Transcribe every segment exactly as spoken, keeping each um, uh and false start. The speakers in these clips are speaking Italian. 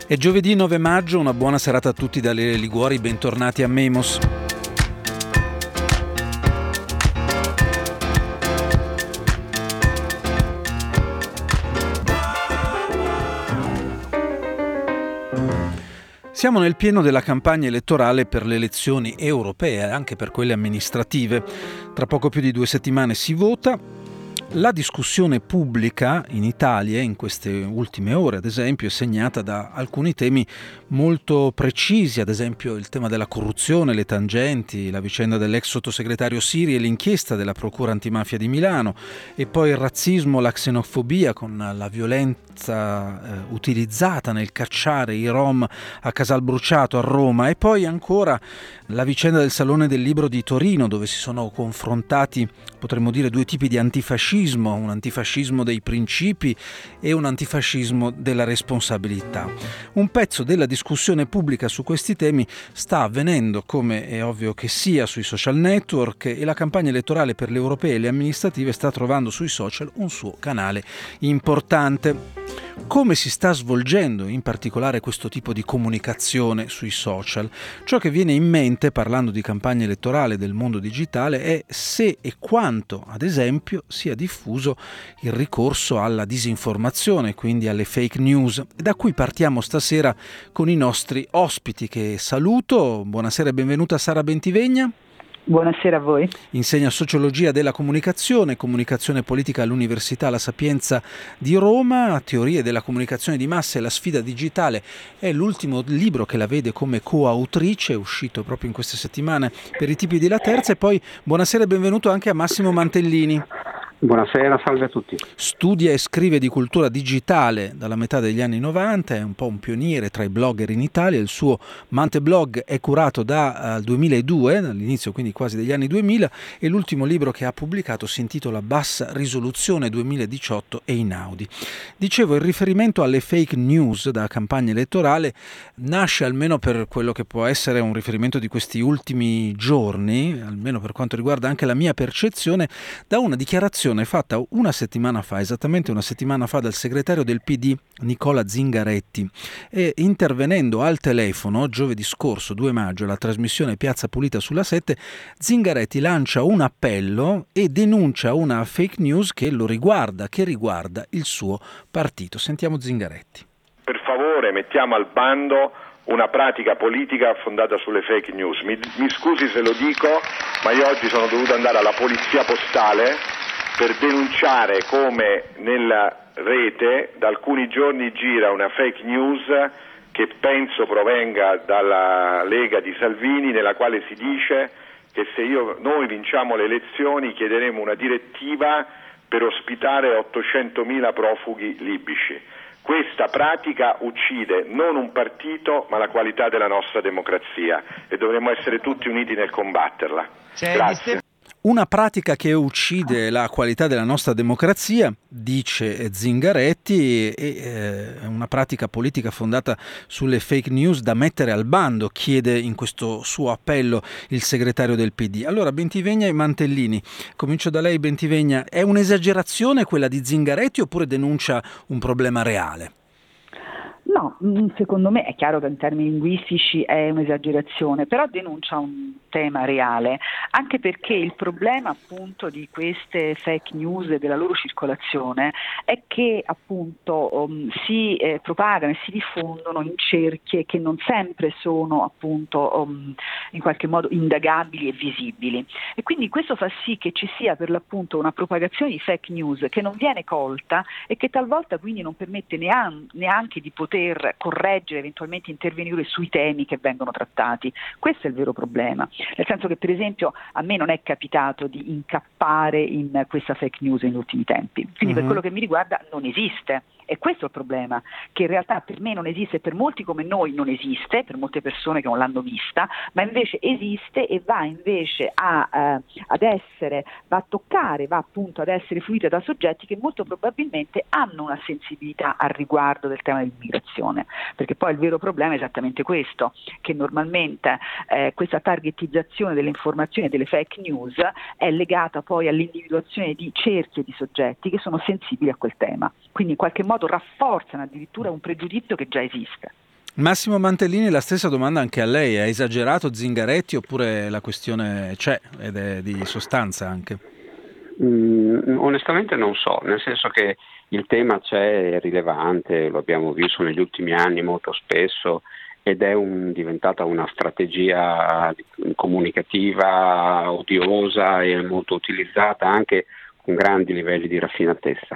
È giovedì nove maggio, una buona serata a tutti dalle Liguori, bentornati a Memos. Siamo nel pieno della campagna elettorale per le elezioni europee, anche per quelle amministrative. Tra poco più di due settimane si vota. La discussione pubblica in Italia in queste ultime ore, ad esempio, è segnata da alcuni temi molto precisi, ad esempio il tema della corruzione, le tangenti, la vicenda dell'ex sottosegretario Siri e l'inchiesta della Procura Antimafia di Milano, e poi il razzismo, la xenofobia con la violenza eh, utilizzata nel cacciare i Rom a Casalbruciato a Roma, e poi ancora la vicenda del Salone del Libro di Torino, dove si sono confrontati, potremmo dire, due tipi di antifascismo, un antifascismo dei principi e un antifascismo della responsabilità. Un pezzo della discussione pubblica su questi temi sta avvenendo, come è ovvio che sia, sui social network, e la campagna elettorale per le europee e le amministrative sta trovando sui social un suo canale importante. Come si sta svolgendo in particolare questo tipo di comunicazione sui social? Ciò che viene in mente parlando di campagna elettorale del mondo digitale è se e quanto, ad esempio, sia diffuso il ricorso alla disinformazione, quindi alle fake news. Da cui partiamo stasera con i nostri ospiti, che saluto. Buonasera e benvenuta Sara Bentivegna. Buonasera a voi. Insegna sociologia della comunicazione, comunicazione politica all'Università La Sapienza di Roma, teorie della comunicazione di massa e la sfida digitale. È l'ultimo libro che la vede come coautrice, è uscito proprio in queste settimane per i tipi di La Terza. E poi buonasera e benvenuto anche a Massimo Mantellini. Buonasera, salve a tutti. Studia e scrive di cultura digitale dalla metà degli anni novanta, è un po' un pioniere tra i blogger in Italia. Il suo Manteblog è curato dal uh, duemiladue, dall'inizio quindi quasi degli anni duemila, e l'ultimo libro che ha pubblicato si intitola Bassa Risoluzione duemiladiciotto e Inaudi. Dicevo, il riferimento alle fake news da campagna elettorale nasce, almeno per quello che può essere un riferimento di questi ultimi giorni, almeno per quanto riguarda anche la mia percezione, da una dichiarazione fatta una settimana fa, esattamente una settimana fa, dal segretario del P D Nicola Zingaretti, e intervenendo al telefono giovedì scorso due maggio alla trasmissione Piazza Pulita sulla sette, Zingaretti lancia un appello e denuncia una fake news che lo riguarda, che riguarda il suo partito. Sentiamo Zingaretti. Per favore, mettiamo al bando una pratica politica fondata sulle fake news. Mi, mi scusi se lo dico, ma io oggi sono dovuto andare alla polizia postale per denunciare come nella rete da alcuni giorni gira una fake news che penso provenga dalla Lega di Salvini, nella quale si dice che se io, noi vinciamo le elezioni chiederemo una direttiva per ospitare ottocentomila profughi libici. Questa pratica uccide non un partito ma la qualità della nostra democrazia e dovremmo essere tutti uniti nel combatterla. Grazie. Una pratica che uccide la qualità della nostra democrazia, dice Zingaretti, è una pratica politica fondata sulle fake news da mettere al bando, chiede in questo suo appello il segretario del P D. Allora, Bentivegna e Mantellini, comincio da lei. Bentivegna, è un'esagerazione quella di Zingaretti oppure denuncia un problema reale? No, secondo me è chiaro che in termini linguistici è un'esagerazione, però denuncia un tema reale, anche perché il problema appunto di queste fake news e della loro circolazione è che appunto um, si eh, propagano e si diffondono in cerchie che non sempre sono appunto um, in qualche modo indagabili e visibili, e quindi questo fa sì che ci sia per l'appunto una propagazione di fake news che non viene colta e che talvolta quindi non permette neanche di poter correggere, eventualmente intervenire sui temi che vengono trattati. Questo è il vero problema, nel senso che per esempio a me non è capitato di incappare in questa fake news negli ultimi tempi, quindi mm-hmm. per quello che mi riguarda non esiste. E questo è il problema, che in realtà per me non esiste, per molti come noi non esiste, per molte persone che non l'hanno vista, ma invece esiste e va invece a, eh, ad essere, va a toccare, va appunto ad essere fruita da soggetti che molto probabilmente hanno una sensibilità al riguardo del tema dell'immigrazione, perché poi il vero problema è esattamente questo, che normalmente eh, questa targetizzazione delle informazioni e delle fake news è legata poi all'individuazione di cerchie di soggetti che sono sensibili a quel tema, quindi in qualche modo rafforzano addirittura un pregiudizio che già esiste. Massimo Mantellini, la stessa domanda anche a lei. Ha esagerato Zingaretti oppure la questione c'è ed è di sostanza anche? Mm, onestamente non so, nel senso che il tema c'è, è rilevante, lo abbiamo visto negli ultimi anni molto spesso ed è un, diventata una strategia comunicativa odiosa e molto utilizzata anche con grandi livelli di raffinatezza.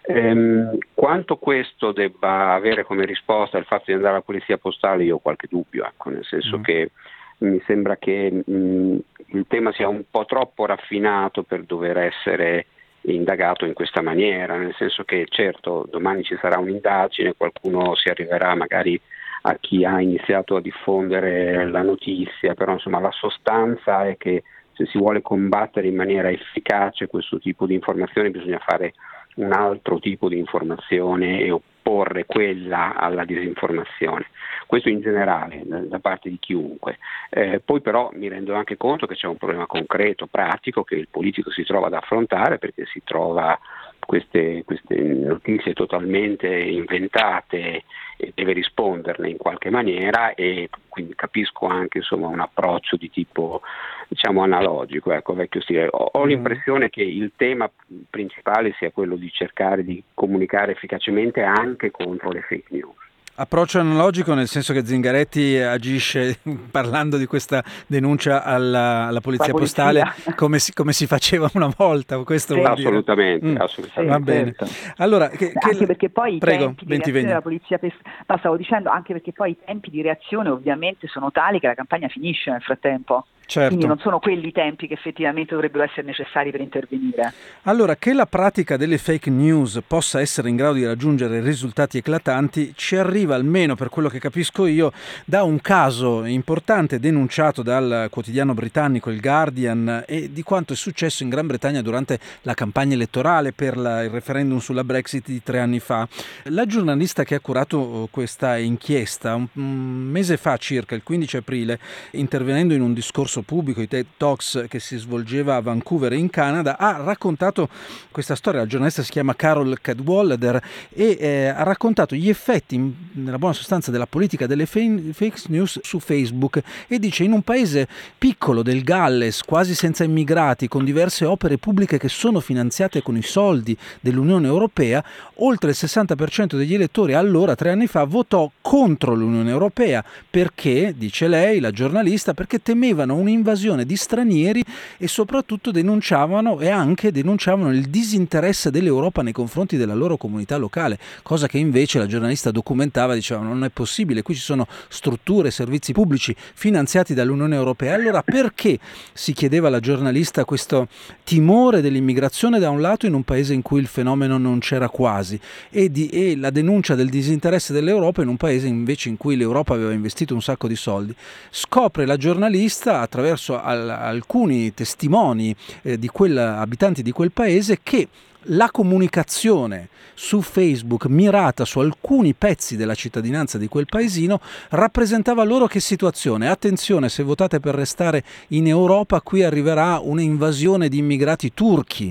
Ehm, quanto questo debba avere come risposta il fatto di andare alla polizia postale, io ho qualche dubbio, ecco, nel senso mm. che mi sembra che mh, il tema sia un po' troppo raffinato per dover essere indagato in questa maniera, nel senso che certo domani ci sarà un'indagine, qualcuno si arriverà magari a chi ha iniziato a diffondere la notizia, però insomma la sostanza è che se si vuole combattere in maniera efficace questo tipo di informazione bisogna fare un altro tipo di informazione e opporre quella alla disinformazione. Questo in generale, da parte di chiunque. Eh, poi però mi rendo anche conto che c'è un problema concreto, pratico, che il politico si trova ad affrontare perché si trova queste, queste notizie totalmente inventate e deve risponderne in qualche maniera, e quindi capisco anche insomma un approccio di tipo diciamo analogico, ecco, vecchio stile. Ho, ho l'impressione che il tema principale sia quello di cercare di comunicare efficacemente anche contro le fake news. Approccio analogico nel senso che Zingaretti agisce parlando di questa denuncia alla, alla polizia, polizia postale come si, come si faceva una volta, questo sì. vuol assolutamente, dire. Mm. assolutamente. Va bene. Allora, che, che... anche perché poi i Prego, tempi di reazione della polizia no, stavo dicendo anche perché poi i tempi di reazione ovviamente sono tali che la campagna finisce nel frattempo. Certo. Quindi non sono quelli i tempi che effettivamente dovrebbero essere necessari per intervenire. Allora, che la pratica delle fake news possa essere in grado di raggiungere risultati eclatanti ci arriva, almeno per quello che capisco io, da un caso importante denunciato dal quotidiano britannico il Guardian e di quanto è successo in Gran Bretagna durante la campagna elettorale per la, il referendum sulla Brexit di tre anni fa. La giornalista che ha curato questa inchiesta un, un mese fa circa, il quindici aprile, intervenendo in un discorso pubblico, i TED Talks che si svolgeva a Vancouver in Canada, ha raccontato questa storia. La giornalista si chiama Carol Cadwallader e eh, ha raccontato gli effetti in, nella buona sostanza della politica delle fake, fake news su Facebook, e dice: in un paese piccolo del Galles, quasi senza immigrati, con diverse opere pubbliche che sono finanziate con i soldi dell'Unione Europea, oltre il sessanta per cento degli elettori allora, tre anni fa, votò contro l'Unione Europea perché, dice lei, la giornalista, perché temevano un'invasione di stranieri e soprattutto denunciavano e anche denunciavano il disinteresse dell'Europa nei confronti della loro comunità locale, cosa che invece la giornalista documentava, diceva non è possibile, qui ci sono strutture, servizi pubblici finanziati dall'Unione Europea. Allora perché, si chiedeva la giornalista, questo timore dell'immigrazione da un lato in un paese in cui il fenomeno non c'era quasi e, di, e la denuncia del disinteresse dell'Europa in un paese invece in cui l'Europa aveva investito un sacco di soldi? Scopre la giornalista attraverso al, alcuni testimoni eh, di quel, abitanti di quel paese, che la comunicazione su Facebook mirata su alcuni pezzi della cittadinanza di quel paesino rappresentava loro che situazione: attenzione, se votate per restare in Europa qui arriverà un'invasione di immigrati turchi.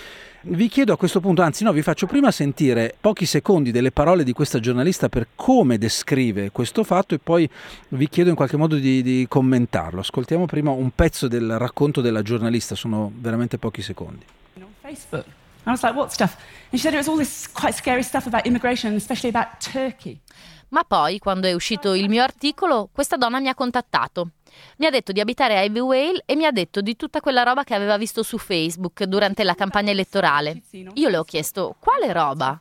Vi chiedo a questo punto, anzi no, vi faccio prima sentire pochi secondi delle parole di questa giornalista per come descrive questo fatto e poi vi chiedo in qualche modo di, di commentarlo. Ascoltiamo prima un pezzo del racconto della giornalista, sono veramente pochi secondi. Facebook. I was like, what stuff? And she said it was all this quite scary stuff about immigration, especially about Turkey. Ma poi, quando è uscito il mio articolo, questa donna mi ha contattato. Mi ha detto di abitare a Ivyvale e mi ha detto di tutta quella roba che aveva visto su Facebook durante la campagna elettorale. Io le ho chiesto, quale roba?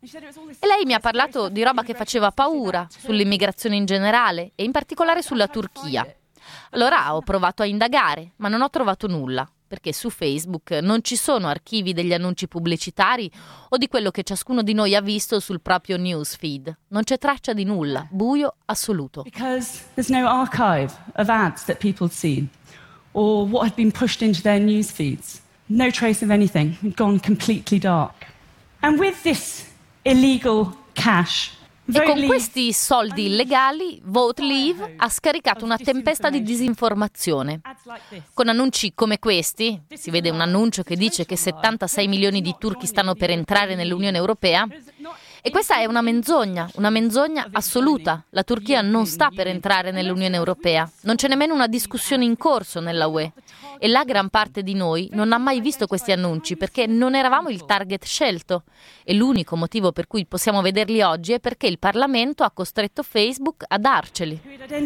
E lei mi ha parlato di roba che faceva paura, sull'immigrazione in generale e in particolare sulla Turchia. Allora ho provato a indagare, ma non ho trovato nulla, perché su Facebook non ci sono archivi degli annunci pubblicitari o di quello che ciascuno di noi ha visto sul proprio newsfeed. Non c'è traccia di nulla, buio assoluto. Because there's no archive of ads that people had seen or what had been pushed into their newsfeeds. No trace of anything. It had gone completely dark. And with this illegal cash, e con questi soldi illegali, Vote Leave ha scaricato una tempesta di disinformazione. Con annunci come questi, si vede un annuncio che dice che settantasei milioni di turchi stanno per entrare nell'Unione Europea, E questa è una menzogna, una menzogna assoluta. La Turchia non sta per entrare nell'Unione Europea, non c'è nemmeno una discussione in corso nella U E e la gran parte di noi non ha mai visto questi annunci perché non eravamo il target scelto e l'unico motivo per cui possiamo vederli oggi è perché il Parlamento ha costretto Facebook a darceli.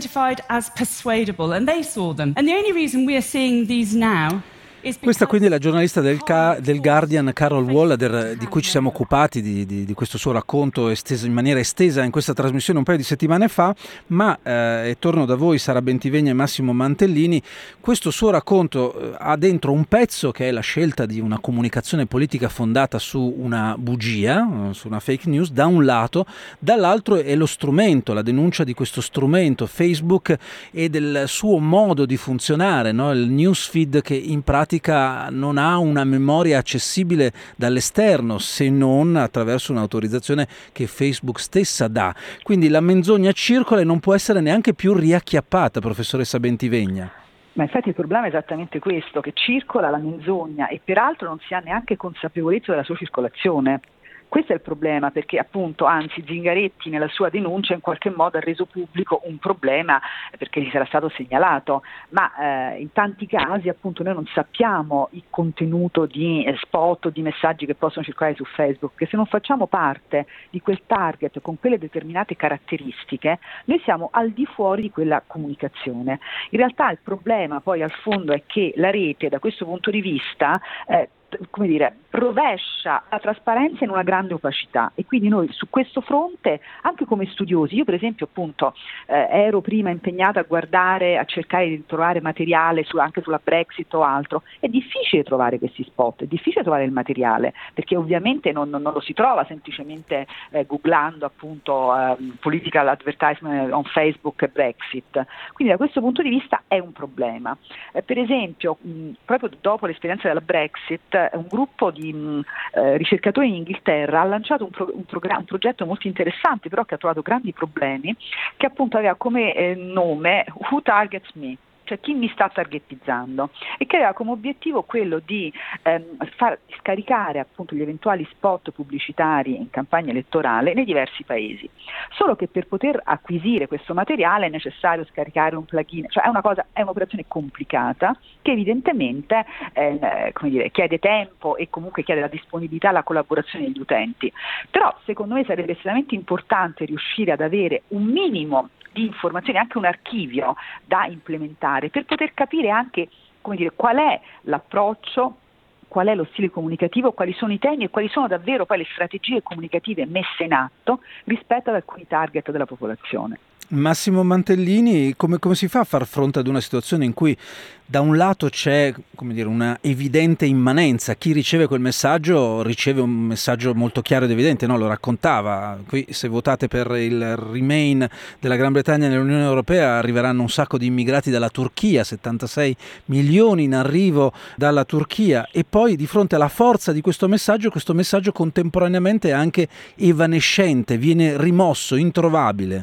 Questa quindi è la giornalista del, Ca- del Guardian, Carol Wallader, di cui ci siamo occupati di, di, di questo suo racconto esteso, in maniera estesa in questa trasmissione un paio di settimane fa, ma eh, e torno da voi Sara Bentivegna e Massimo Mantellini, questo suo racconto eh, ha dentro un pezzo che è la scelta di una comunicazione politica fondata su una bugia, su una fake news, da un lato, dall'altro è lo strumento, la denuncia di questo strumento Facebook e del suo modo di funzionare, no? Il newsfeed che in pratica non ha una memoria accessibile dall'esterno se non attraverso un'autorizzazione che Facebook stessa dà. Quindi la menzogna circola e non può essere neanche più riacchiappata, professoressa Bentivegna. Ma infatti il problema è esattamente questo, che circola la menzogna e peraltro non si ha neanche consapevolezza della sua circolazione. Questo è il problema, perché appunto, anzi Zingaretti nella sua denuncia in qualche modo ha reso pubblico un problema perché gli sarà stato segnalato, ma eh, in tanti casi appunto noi non sappiamo il contenuto di eh, spot o di messaggi che possono circolare su Facebook, che se non facciamo parte di quel target con quelle determinate caratteristiche, noi siamo al di fuori di quella comunicazione. In realtà il problema poi al fondo è che la rete da questo punto di vista eh, come dire, rovescia la trasparenza in una grande opacità e quindi noi su questo fronte, anche come studiosi, io per esempio appunto eh, ero prima impegnata a guardare, a cercare di trovare materiale su, anche sulla Brexit o altro, è difficile trovare questi spot, è difficile trovare il materiale, perché ovviamente non, non lo si trova semplicemente eh, googlando appunto eh, political advertisement on Facebook e Brexit, quindi da questo punto di vista è un problema. Eh, per esempio mh, proprio dopo l'esperienza della Brexit un gruppo di mh, eh, ricercatori in Inghilterra ha lanciato un, pro, un, programma, un progetto molto interessante, però che ha trovato grandi problemi, che appunto aveva come eh, nome Who Targets Me? Cioè chi mi sta targetizzando, e che aveva come obiettivo quello di ehm, far scaricare appunto gli eventuali spot pubblicitari in campagna elettorale nei diversi paesi. Solo che per poter acquisire questo materiale è necessario scaricare un plugin, cioè è una cosa, è un'operazione complicata che evidentemente eh, come dire, chiede tempo e comunque chiede la disponibilità e la collaborazione degli utenti. Però secondo me sarebbe estremamente importante riuscire ad avere un minimo di informazioni, anche un archivio da implementare per poter capire anche, come dire, qual è l'approccio, qual è lo stile comunicativo, quali sono i temi e quali sono davvero poi le strategie comunicative messe in atto rispetto ad alcuni target della popolazione. Massimo Mantellini, come, come si fa a far fronte ad una situazione in cui da un lato c'è, come dire, una evidente immanenza, chi riceve quel messaggio riceve un messaggio molto chiaro ed evidente, no? Lo raccontava, qui se votate per il Remain della Gran Bretagna nell'Unione Europea arriveranno un sacco di immigrati dalla Turchia, settantasei milioni in arrivo dalla Turchia, e poi di fronte alla forza di questo messaggio, questo messaggio contemporaneamente è anche evanescente, viene rimosso, introvabile.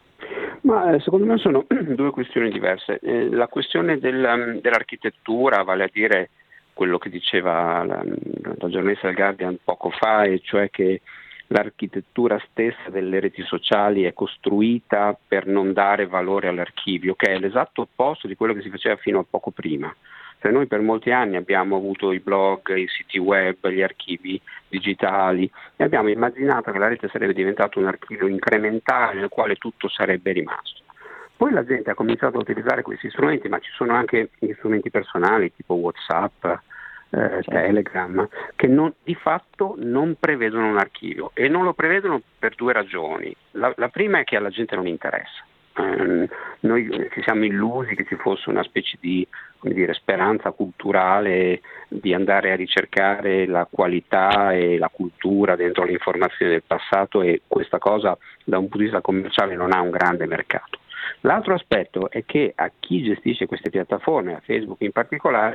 Ma secondo me sono due questioni diverse. Eh, la questione del, dell'architettura, vale a dire quello che diceva la, la giornalista del Guardian poco fa, e cioè che l'architettura stessa delle reti sociali è costruita per non dare valore all'archivio, che è l'esatto opposto di quello che si faceva fino a poco prima. Cioè noi per molti anni abbiamo avuto i blog, i siti web, gli archivi digitali e abbiamo immaginato che la rete sarebbe diventato un archivio incrementale nel quale tutto sarebbe rimasto. Poi la gente ha cominciato a utilizzare questi strumenti, ma ci sono anche gli strumenti personali tipo WhatsApp, eh, Telegram, che non, di fatto non prevedono un archivio, e non lo prevedono per due ragioni. La, la prima è che alla gente non interessa. Eh, noi ci siamo illusi che ci fosse una specie di, come dire, speranza culturale di andare a ricercare la qualità e la cultura dentro l'informazione del passato, e questa cosa da un punto di vista commerciale non ha un grande mercato. L'altro aspetto è che a chi gestisce queste piattaforme, a Facebook in particolare,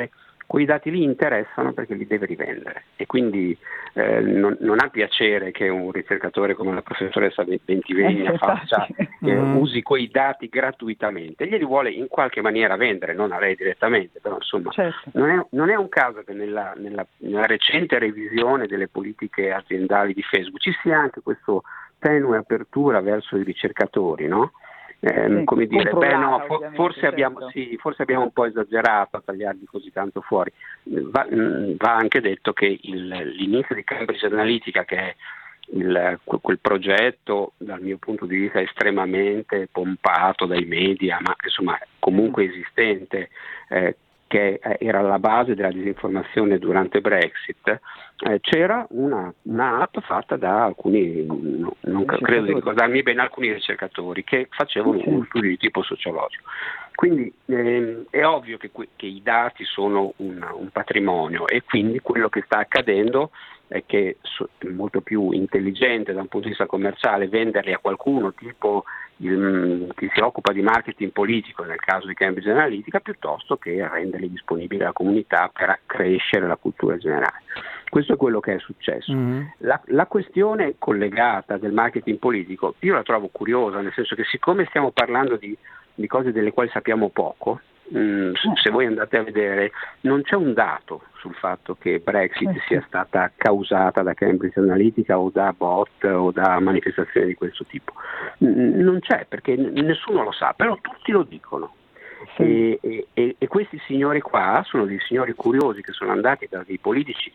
quei dati lì interessano perché li deve rivendere e quindi eh, non, non ha piacere che un ricercatore come la professoressa Bentivegna eh, faccia, eh, mm. usi quei dati gratuitamente, glieli vuole in qualche maniera vendere, non a lei direttamente, però insomma certo. non, è, non è un caso che nella, nella, nella recente revisione delle politiche aziendali di Facebook ci sia anche questo tenue apertura verso i ricercatori, no? Eh, sì, come dire, beh no, for, forse, certo. abbiamo, sì, forse abbiamo un po' esagerato a tagliarli così tanto fuori. Va, va anche detto che il, l'inizio di Cambridge Analytica, che è il, quel progetto dal mio punto di vista estremamente pompato dai media, ma insomma comunque esistente, eh, che era alla base della disinformazione durante Brexit, eh, c'era una, una app fatta da alcuni, no, non credo di ricordarmi bene, alcuni ricercatori che facevano sì. uno studio di tipo sociologico. Quindi eh, è ovvio che, che i dati sono un, un patrimonio e quindi quello che sta accadendo è che è molto più intelligente da un punto di vista commerciale venderli a qualcuno tipo il, chi si occupa di marketing politico nel caso di Cambridge Analytica piuttosto che renderli disponibili alla comunità per accrescere la cultura generale. Questo è quello che è successo. Mm-hmm. La, la questione collegata del marketing politico io la trovo curiosa, nel senso che siccome stiamo parlando di, di cose delle quali sappiamo poco, Mm, se voi andate a vedere non c'è un dato sul fatto che Brexit sia stata causata da Cambridge Analytica o da bot o da manifestazioni di questo tipo, non c'è perché nessuno lo sa, però tutti lo dicono. E, e, e questi signori qua sono dei signori curiosi che sono andati da dei politici.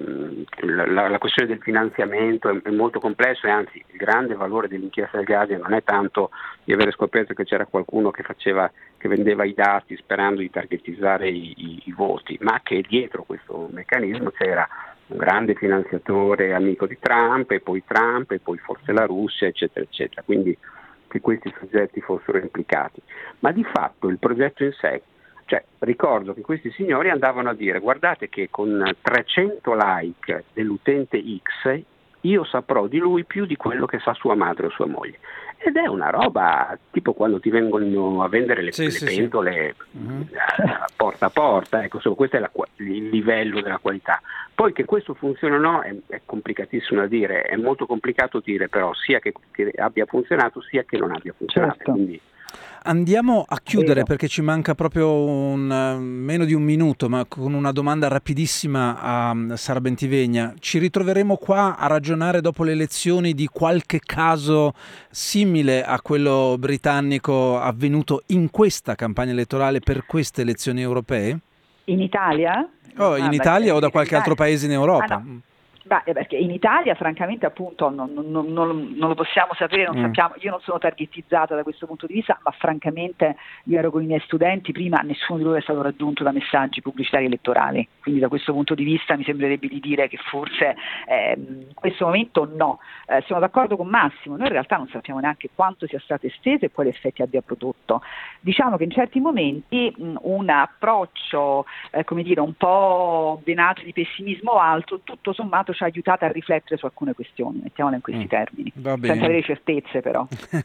La, la questione del finanziamento è, è molto complessa e anzi il grande valore dell'inchiesta del Guardian non è tanto di avere scoperto che c'era qualcuno che faceva che vendeva i dati sperando di targetizzare i, i, i voti, ma che dietro questo meccanismo c'era un grande finanziatore amico di Trump e poi Trump e poi forse la Russia eccetera eccetera, quindi che questi soggetti fossero implicati, ma di fatto il progetto in sé, cioè ricordo che questi signori andavano a dire guardate che con trecento like dell'utente X io saprò di lui più di quello che sa sua madre o sua moglie, ed è una roba tipo quando ti vengono a vendere le, sì, le sì, pentole sì. Uh-huh. porta a porta, ecco, insomma, questo è la, il livello della qualità. Poi che questo funziona o no è, è complicatissimo da dire, è molto complicato dire però sia che, che abbia funzionato sia che non abbia funzionato. Certo. Quindi, andiamo a chiudere perché ci manca proprio un, meno di un minuto, ma con una domanda rapidissima a Sara Bentivegna. Ci ritroveremo qua a ragionare dopo le elezioni di qualche caso simile a quello britannico avvenuto in questa campagna elettorale per queste elezioni europee? In Italia? Oh, in ah, Italia beh, o da qualche Italia. altro paese in Europa? Ah, no. Beh, perché in Italia francamente appunto non, non, non, non lo possiamo sapere, non mm. sappiamo, io non sono targetizzata da questo punto di vista, ma francamente io ero con i miei studenti, prima nessuno di loro è stato raggiunto da messaggi pubblicitari elettorali, quindi da questo punto di vista mi sembrerebbe di dire che forse eh, in questo momento no. Eh, siamo d'accordo con Massimo, noi in realtà non sappiamo neanche quanto sia stato esteso e quali effetti abbia prodotto. Diciamo che in certi momenti mh, un approccio eh, come dire un po' venato di pessimismo o altro, tutto sommato ci ha aiutato a riflettere su alcune questioni, mettiamola in questi mm. termini, senza avere certezze però.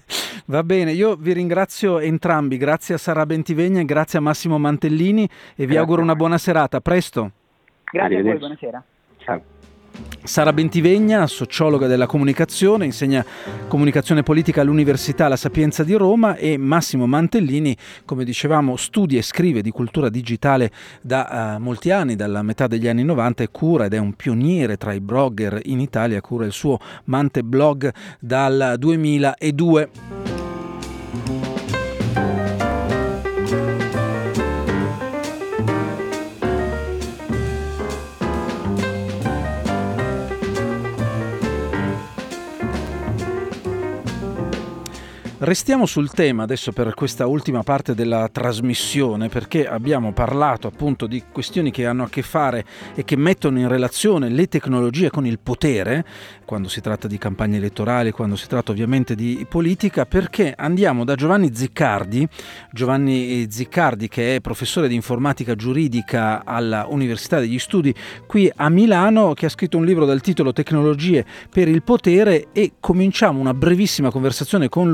Va bene, io vi ringrazio entrambi, grazie a Sara Bentivegna e grazie a Massimo Mantellini e vi grazie. auguro una buona serata, a presto. Grazie a voi, buonasera. Ciao. Sara Bentivegna, sociologa della comunicazione, insegna comunicazione politica all'Università La Sapienza di Roma, e Massimo Mantellini, come dicevamo, studia e scrive di cultura digitale da uh, molti anni, dalla metà degli anni novanta, e cura ed è un pioniere tra i blogger in Italia, cura il suo Mante Blog dal duemiladue. Restiamo sul tema adesso per questa ultima parte della trasmissione, perché abbiamo parlato appunto di questioni che hanno a che fare e che mettono in relazione le tecnologie con il potere, quando si tratta di campagne elettorali, quando si tratta ovviamente di politica, perché andiamo da Giovanni Ziccardi, Giovanni Ziccardi che è professore di informatica giuridica alla Università degli Studi qui a Milano, che ha scritto un libro dal titolo Tecnologie per il potere, e cominciamo una brevissima conversazione con lui proprio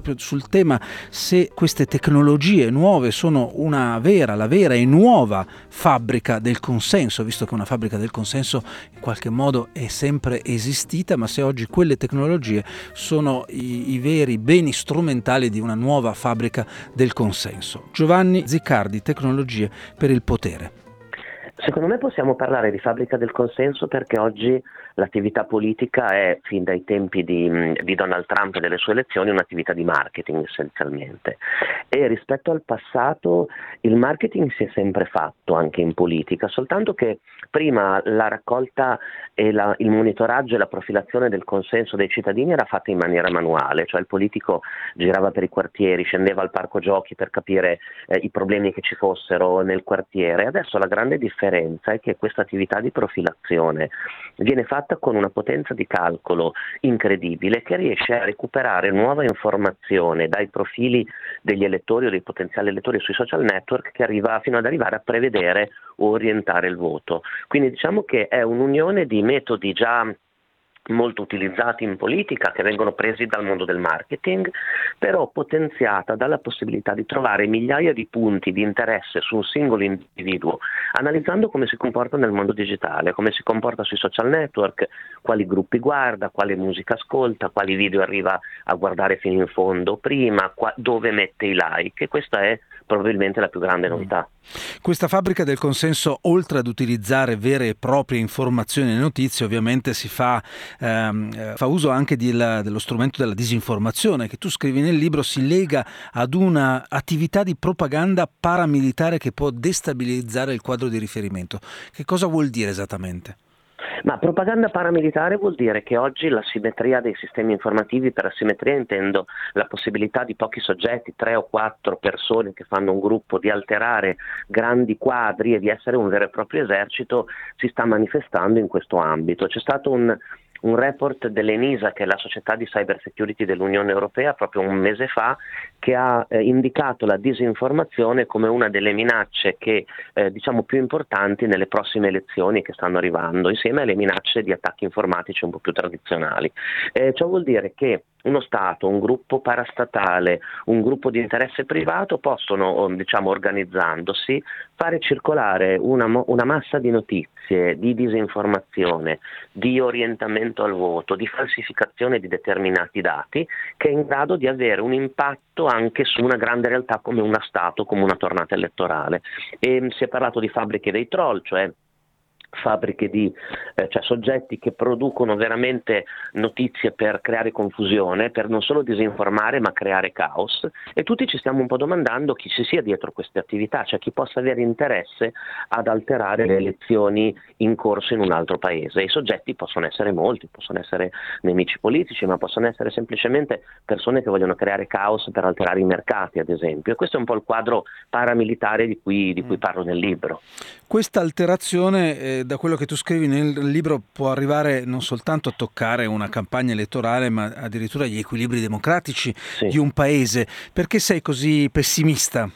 proprio sul tema se queste tecnologie nuove sono una vera, la vera e nuova fabbrica del consenso, visto che una fabbrica del consenso in qualche modo è sempre esistita, ma se oggi quelle tecnologie sono i, i veri beni strumentali di una nuova fabbrica del consenso. Giovanni Ziccardi, Tecnologie per il potere. Secondo me possiamo parlare di fabbrica del consenso perché oggi l'attività politica è, fin dai tempi di, di Donald Trump e delle sue elezioni, un'attività di marketing essenzialmente. E rispetto al passato il marketing si è sempre fatto anche in politica, soltanto che prima la raccolta e la, il monitoraggio e la profilazione del consenso dei cittadini era fatta in maniera manuale, cioè il politico girava per i quartieri, scendeva al parco giochi per capire eh, i problemi che ci fossero nel quartiere. Adesso la grande differenza è che questa attività di profilazione viene fatta con una potenza di calcolo incredibile che riesce a recuperare nuova informazione dai profili degli elettori o dei potenziali elettori sui social network che arriva fino ad arrivare a prevedere o orientare il voto. Quindi diciamo che è un'unione di metodi già molto utilizzati in politica, che vengono presi dal mondo del marketing, però potenziata dalla possibilità di trovare migliaia di punti di interesse su un singolo individuo, analizzando come si comporta nel mondo digitale, come si comporta sui social network, quali gruppi guarda, quale musica ascolta, quali video arriva a guardare fino in fondo prima, qua, dove mette i like, e questa è probabilmente la più grande novità. Questa fabbrica del consenso, oltre ad utilizzare vere e proprie informazioni e notizie, ovviamente si fa, ehm, fa uso anche di la, dello strumento della disinformazione, che tu scrivi nel libro si lega ad una attività di propaganda paramilitare che può destabilizzare il quadro di riferimento. Che cosa vuol dire esattamente? Ma propaganda paramilitare vuol dire che oggi l'asimmetria dei sistemi informativi, per asimmetria intendo la possibilità di pochi soggetti, tre o quattro persone che fanno un gruppo, di alterare grandi quadri e di essere un vero e proprio esercito, si sta manifestando in questo ambito. C'è stato un un report dell'ENISA, che è la società di cyber security dell'Unione Europea, proprio un mese fa, che ha eh, indicato la disinformazione come una delle minacce che eh, diciamo più importanti nelle prossime elezioni che stanno arrivando, insieme alle minacce di attacchi informatici un po' più tradizionali. Eh, ciò vuol dire che uno Stato, un gruppo parastatale, un gruppo di interesse privato possono, diciamo, organizzandosi, fare circolare una, una massa di notizie, di disinformazione, di orientamento al voto, di falsificazione di determinati dati, che è in grado di avere un impatto anche su una grande realtà come una Stato, come una tornata elettorale. E si è parlato di fabbriche dei troll, cioè fabbriche di eh, cioè soggetti che producono veramente notizie per creare confusione, per non solo disinformare ma creare caos, e tutti ci stiamo un po' domandando chi ci sia dietro queste attività, cioè chi possa avere interesse ad alterare le elezioni in corso in un altro paese. I soggetti possono essere molti, possono essere nemici politici, ma possono essere semplicemente persone che vogliono creare caos per alterare i mercati, ad esempio, e questo è un po' il quadro paramilitare di cui, di cui parlo nel libro. Questa alterazione, eh, da quello che tu scrivi nel libro, può arrivare non soltanto a toccare una campagna elettorale, ma addirittura gli equilibri democratici sì. di un paese. Perché sei così pessimista?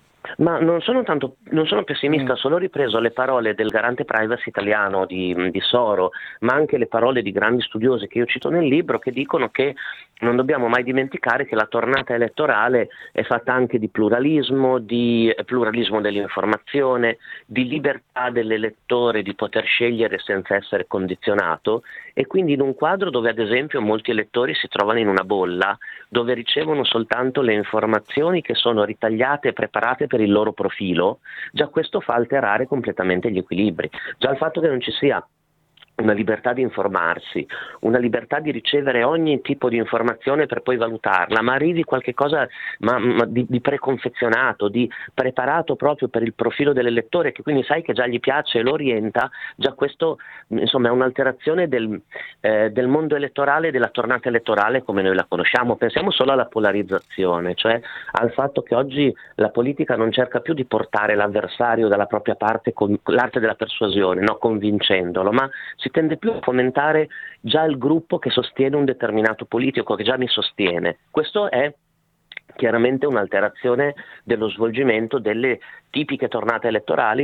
Ma non sono tanto non sono pessimista, ho solo ripreso le parole del garante privacy italiano di, di Soro, ma anche le parole di grandi studiosi che io cito nel libro, che dicono che non dobbiamo mai dimenticare che la tornata elettorale è fatta anche di pluralismo, di pluralismo dell'informazione, di libertà dell'elettore di poter scegliere senza essere condizionato, e quindi in un quadro dove ad esempio molti elettori si trovano in una bolla, dove ricevono soltanto le informazioni che sono ritagliate e preparate per il loro profilo, già questo fa alterare completamente gli equilibri. Già il fatto che non ci sia una libertà di informarsi, una libertà di ricevere ogni tipo di informazione per poi valutarla, ma arrivi qualche cosa ma, ma di, di preconfezionato, di preparato proprio per il profilo dell'elettore, che quindi sai che già gli piace e lo orienta, già questo insomma è un'alterazione del, eh, del mondo elettorale, della tornata elettorale come noi la conosciamo. Pensiamo solo alla polarizzazione, cioè al fatto che oggi la politica non cerca più di portare l'avversario dalla propria parte con l'arte della persuasione, no, convincendolo, ma si tende più a fomentare già il gruppo che sostiene un determinato politico, che già mi sostiene. Questo è chiaramente un'alterazione dello svolgimento delle tipiche tornate elettorali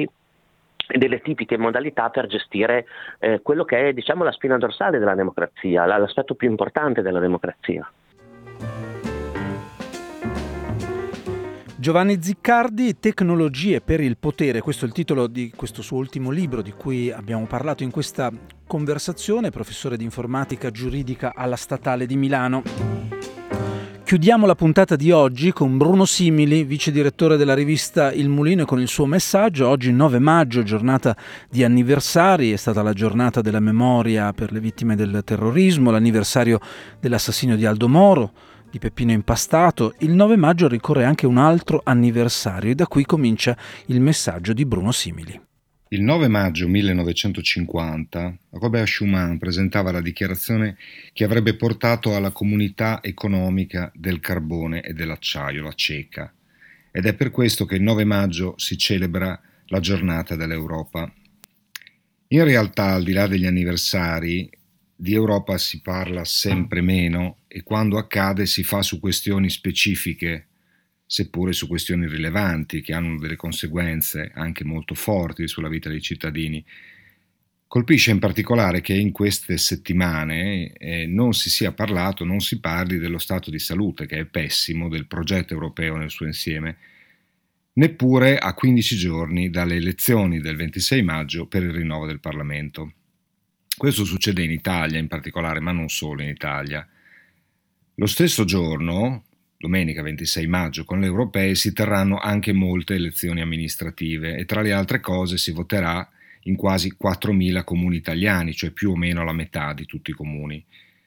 e delle tipiche modalità per gestire eh, quello che è, diciamo, la spina dorsale della democrazia, l'aspetto più importante della democrazia. Giovanni Ziccardi, Tecnologie per il potere, questo è il titolo di questo suo ultimo libro di cui abbiamo parlato in questa conversazione, professore di informatica giuridica alla Statale di Milano. Chiudiamo la puntata di oggi con Bruno Simili, vice direttore della rivista Il Mulino, e con il suo messaggio. Oggi nove maggio, giornata di anniversari, è stata la giornata della memoria per le vittime del terrorismo, l'anniversario dell'assassinio di Aldo Moro, di Peppino Impastato. Il nove maggio ricorre anche un altro anniversario e da qui comincia il messaggio di Bruno Simili. Il nove maggio millenovecentocinquanta Robert Schuman presentava la dichiarazione che avrebbe portato alla Comunità economica del carbone e dell'acciaio, la CECA, ed è per questo che il nove maggio si celebra la giornata dell'Europa. In realtà, al di là degli anniversari, di Europa si parla sempre meno e quando accade si fa su questioni specifiche, seppure su questioni rilevanti che hanno delle conseguenze anche molto forti sulla vita dei cittadini. Colpisce in particolare che in queste settimane eh, non si sia parlato, non si parli dello stato di salute, che è pessimo, del progetto europeo nel suo insieme, neppure a quindici giorni dalle elezioni del ventisei maggio per il rinnovo del Parlamento. Questo succede in Italia in particolare, ma non solo in Italia. Lo stesso giorno, domenica ventisei maggio, con le europee si terranno anche molte elezioni amministrative e tra le altre cose si voterà in quasi quattromila comuni italiani, cioè più o meno la metà di tutti i comuni.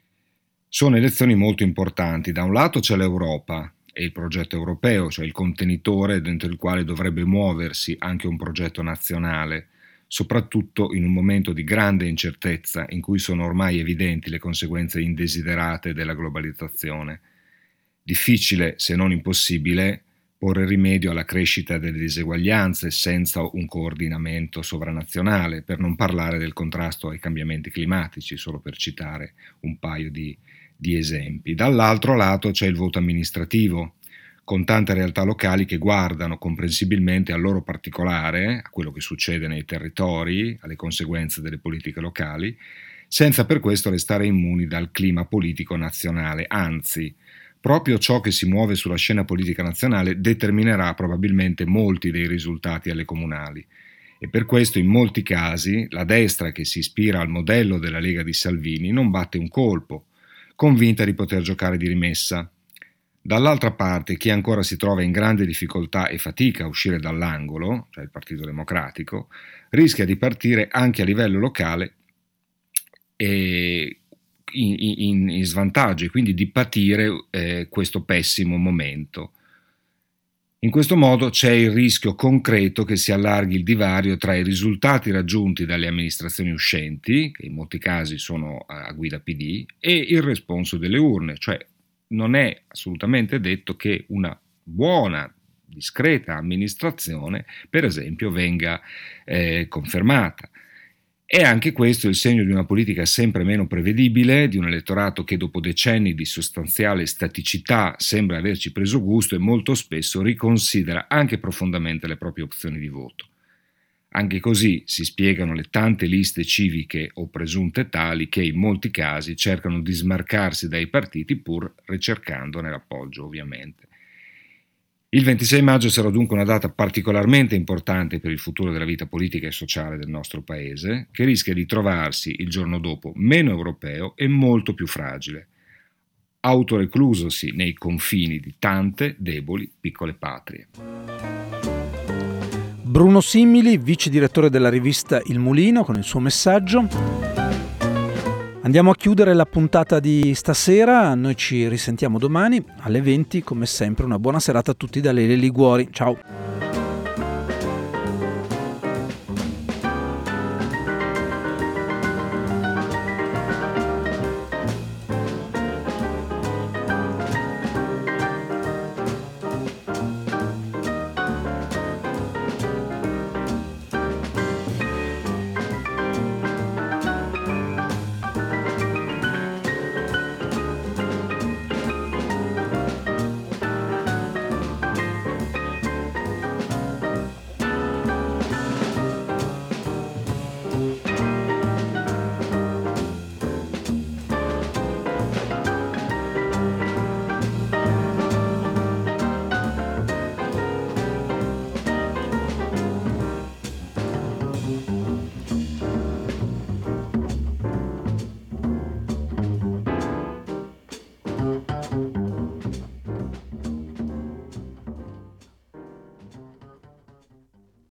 Sono elezioni molto importanti. Da un lato c'è l'Europa e il progetto europeo, cioè il contenitore dentro il quale dovrebbe muoversi anche un progetto nazionale, soprattutto in un momento di grande incertezza in cui sono ormai evidenti le conseguenze indesiderate della globalizzazione. Difficile, se non impossibile, porre rimedio alla crescita delle diseguaglianze senza un coordinamento sovranazionale, per non parlare del contrasto ai cambiamenti climatici, solo per citare un paio di, di esempi. Dall'altro lato c'è il voto amministrativo, con tante realtà locali che guardano comprensibilmente al loro particolare, a quello che succede nei territori, alle conseguenze delle politiche locali, senza per questo restare immuni dal clima politico nazionale. Anzi, proprio ciò che si muove sulla scena politica nazionale determinerà probabilmente molti dei risultati alle comunali. E per questo in molti casi la destra, che si ispira al modello della Lega di Salvini, non batte un colpo, convinta di poter giocare di rimessa. Dall'altra parte, chi ancora si trova in grande difficoltà e fatica a uscire dall'angolo, cioè il Partito Democratico, rischia di partire anche a livello locale e in, in, in svantaggio e quindi di patire eh, questo pessimo momento. In questo modo c'è il rischio concreto che si allarghi il divario tra i risultati raggiunti dalle amministrazioni uscenti, che in molti casi sono a guida P D, e il responso delle urne, cioè non è assolutamente detto che una buona, discreta amministrazione, per esempio, venga eh, confermata. È anche questo il segno di una politica sempre meno prevedibile, di un elettorato che dopo decenni di sostanziale staticità sembra averci preso gusto e molto spesso riconsidera anche profondamente le proprie opzioni di voto. Anche così si spiegano le tante liste civiche o presunte tali che in molti casi cercano di smarcarsi dai partiti pur ricercandone l'appoggio, ovviamente. Il ventisei maggio sarà dunque una data particolarmente importante per il futuro della vita politica e sociale del nostro Paese, che rischia di trovarsi il giorno dopo meno europeo e molto più fragile, autoreclusosi nei confini di tante deboli piccole patrie. Bruno Simili, vice direttore della rivista Il Mulino, con il suo messaggio. Andiamo a chiudere la puntata di stasera, noi ci risentiamo domani alle venti, come sempre una buona serata a tutti da Lele Liguori, ciao!